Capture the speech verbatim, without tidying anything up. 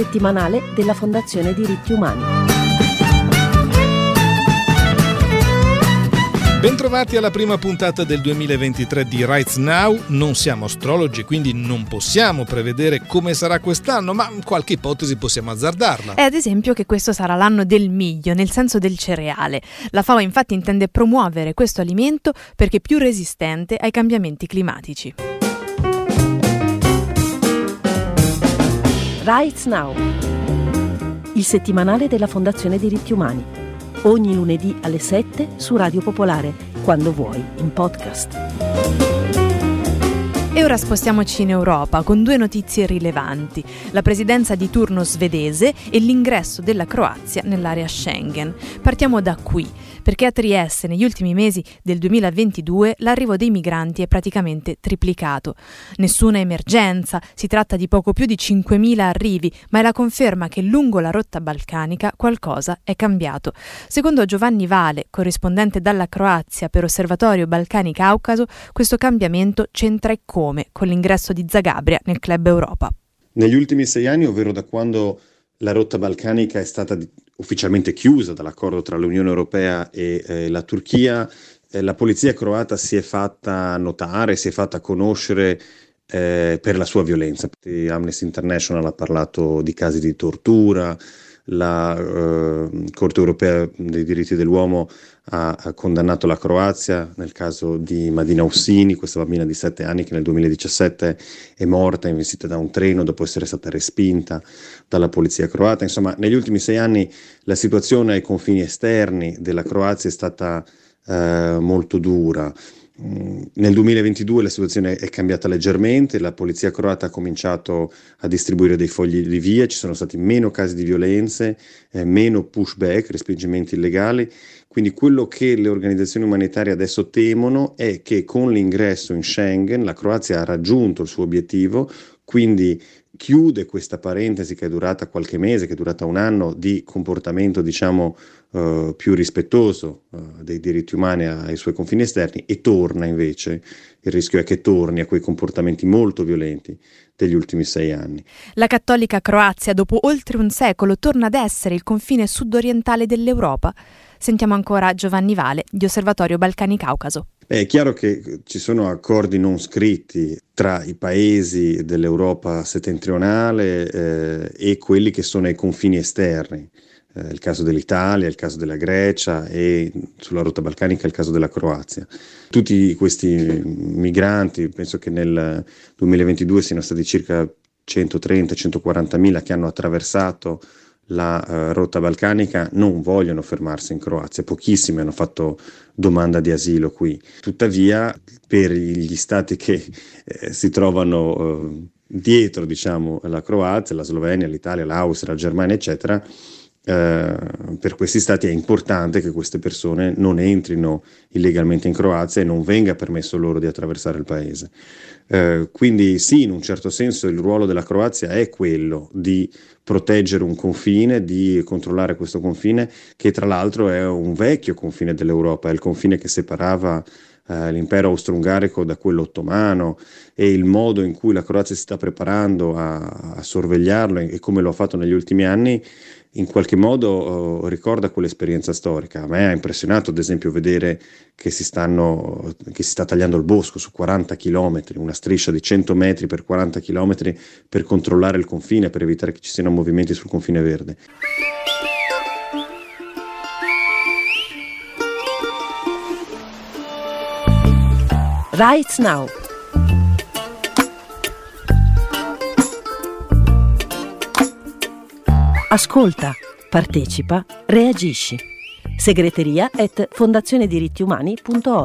settimanale della Fondazione Diritti Umani. Bentrovati alla prima puntata del duemilaventitré di Rights Now. Non siamo astrologi, quindi non possiamo prevedere come sarà quest'anno, ma qualche ipotesi possiamo azzardarla. È ad esempio che questo sarà l'anno del miglio, nel senso del cereale. La FAO infatti intende promuovere questo alimento perché è più resistente ai cambiamenti climatici. Rights Now, il settimanale della Fondazione Diritti Umani. Ogni lunedì alle sette su Radio Popolare, quando vuoi, in podcast. E ora spostiamoci in Europa con due notizie rilevanti: la presidenza di turno svedese e l'ingresso della Croazia nell'area Schengen. Partiamo da qui, perché a Trieste negli ultimi mesi del duemilaventidue l'arrivo dei migranti è praticamente triplicato. Nessuna emergenza, si tratta di poco più di cinquemila arrivi, ma è la conferma che lungo la rotta balcanica qualcosa è cambiato. Secondo Giovanni Vale, corrispondente dalla Croazia per Osservatorio Balcani Caucaso, questo cambiamento c'entra e come con l'ingresso di Zagabria nel Club Europa. Negli ultimi sei anni, ovvero da quando la rotta balcanica è stata ufficialmente chiusa dall'accordo tra l'Unione Europea e eh, la Turchia, eh, la polizia croata si è fatta notare, si è fatta conoscere eh, per la sua violenza. Amnesty International ha parlato di casi di tortura, la eh, Corte Europea dei diritti dell'uomo ha, ha condannato la Croazia nel caso di Madina Ossini, questa bambina di sette anni che nel duemiladiciassette è morta investita da un treno dopo essere stata respinta dalla polizia croata. Insomma, negli ultimi sei anni la situazione ai confini esterni della Croazia è stata eh, molto dura. Nel duemilaventidue la situazione è cambiata leggermente, la polizia croata ha cominciato a distribuire dei fogli di via, ci sono stati meno casi di violenze, eh, meno pushback, respingimenti illegali, quindi quello che le organizzazioni umanitarie adesso temono è che con l'ingresso in Schengen la Croazia ha raggiunto il suo obiettivo, quindi chiude questa parentesi che è durata qualche mese, che è durata un anno, di comportamento diciamo uh, più rispettoso uh, dei diritti umani ai suoi confini esterni e torna invece, il rischio è che torni a quei comportamenti molto violenti degli ultimi sei anni. La cattolica Croazia dopo oltre un secolo torna ad essere il confine sud-orientale dell'Europa? Sentiamo ancora Giovanni Vale di Osservatorio Balcani Caucaso. È chiaro che ci sono accordi non scritti tra i paesi dell'Europa settentrionale eh, e quelli che sono ai confini esterni. Eh, il caso dell'Italia, il caso della Grecia e sulla rotta balcanica il caso della Croazia. Tutti questi migranti, penso che nel duemilaventidue siano stati circa centotrenta centoquarantamila che hanno attraversato la uh, rotta balcanica, non vogliono fermarsi in Croazia, pochissimi hanno fatto domanda di asilo qui. Tuttavia, per gli stati che eh, si trovano uh, dietro, diciamo, la Croazia, la Slovenia, l'Italia, l'Austria, la Germania, eccetera, Uh, per questi stati è importante che queste persone non entrino illegalmente in Croazia e non venga permesso loro di attraversare il paese. Uh, quindi sì, in un certo senso il ruolo della Croazia è quello di proteggere un confine, di controllare questo confine, che tra l'altro è un vecchio confine dell'Europa, è il confine che separava Uh, l'impero austro-ungarico da quello ottomano, e il modo in cui la Croazia si sta preparando a, a sorvegliarlo e, e come lo ha fatto negli ultimi anni in qualche modo uh, ricorda quell'esperienza storica. A me ha impressionato ad esempio vedere che si, stanno, che si sta tagliando il bosco su quaranta chilometri, una striscia di cento metri per quaranta chilometri per controllare il confine, per evitare che ci siano movimenti sul confine verde. Rights Now. Ascolta, partecipa, reagisci. Segreteria at fondazionedirittiumani punto org